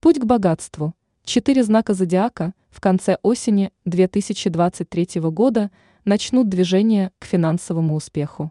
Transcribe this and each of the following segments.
Путь к богатству. 4 знака зодиака в конце осени 2023 года начнут движение к финансовому успеху.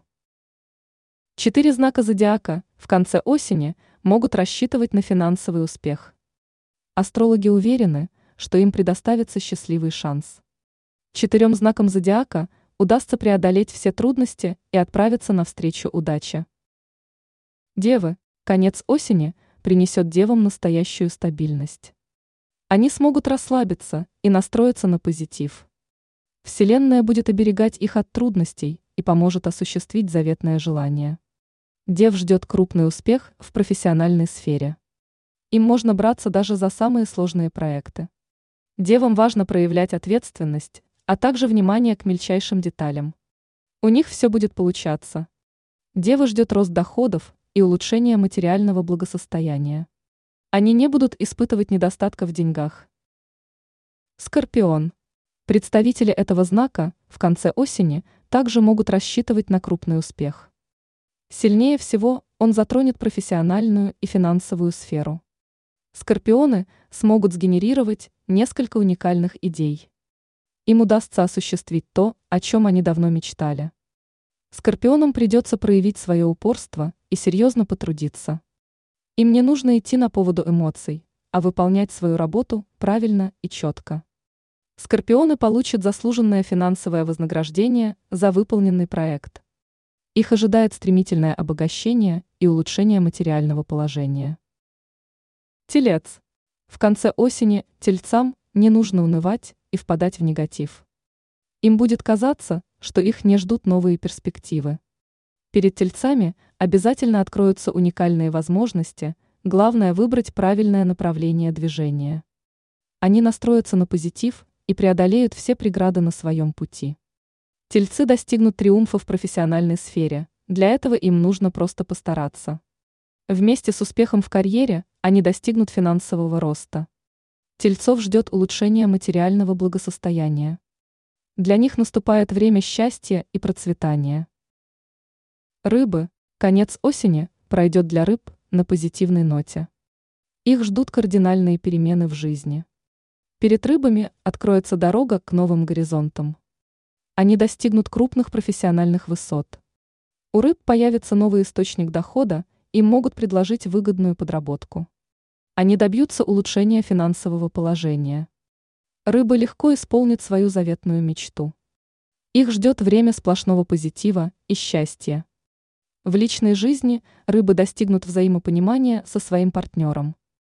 4 знака зодиака в конце осени могут рассчитывать на финансовый успех. Астрологи уверены, что им предоставится счастливый шанс. 4 знакам зодиака удастся преодолеть все трудности и отправиться навстречу удаче. Девы. Конец осени принесет девам настоящую стабильность. Они смогут расслабиться и настроиться на позитив. Вселенная будет оберегать их от трудностей и поможет осуществить заветное желание. Дев ждет крупный успех в профессиональной сфере. Им можно браться даже за самые сложные проекты. Девам важно проявлять ответственность, а также внимание к мельчайшим деталям. У них все будет получаться. Девы ждет рост доходов и улучшение материального благосостояния. Они не будут испытывать недостатка в деньгах. Скорпион. Представители этого знака в конце осени также могут рассчитывать на крупный успех. Сильнее всего он затронет профессиональную и финансовую сферу. Скорпионы смогут сгенерировать несколько уникальных идей. Им удастся осуществить то, о чем они давно мечтали. Скорпионам придется проявить свое упорство и серьезно потрудиться. Им не нужно идти на поводу эмоций, а выполнять свою работу правильно и четко. Скорпионы получат заслуженное финансовое вознаграждение за выполненный проект. Их ожидает стремительное обогащение и улучшение материального положения. Телец. В конце осени тельцам не нужно унывать и впадать в негатив. Им будет казаться, что их не ждут новые перспективы. Перед тельцами обязательно откроются уникальные возможности, главное выбрать правильное направление движения. Они настроятся на позитив и преодолеют все преграды на своем пути. Тельцы достигнут триумфа в профессиональной сфере, для этого им нужно просто постараться. Вместе с успехом в карьере они достигнут финансового роста. Тельцов ждет улучшение материального благосостояния. Для них наступает время счастья и процветания. Рыбы. Конец осени пройдет для рыб на позитивной ноте. Их ждут кардинальные перемены в жизни. Перед рыбами откроется дорога к новым горизонтам. Они достигнут крупных профессиональных высот. У рыб появится новый источник дохода, им могут предложить выгодную подработку. Они добьются улучшения финансового положения. Рыбы легко исполнят свою заветную мечту. Их ждет время сплошного позитива и счастья. В личной жизни рыбы достигнут взаимопонимания со своим партнером.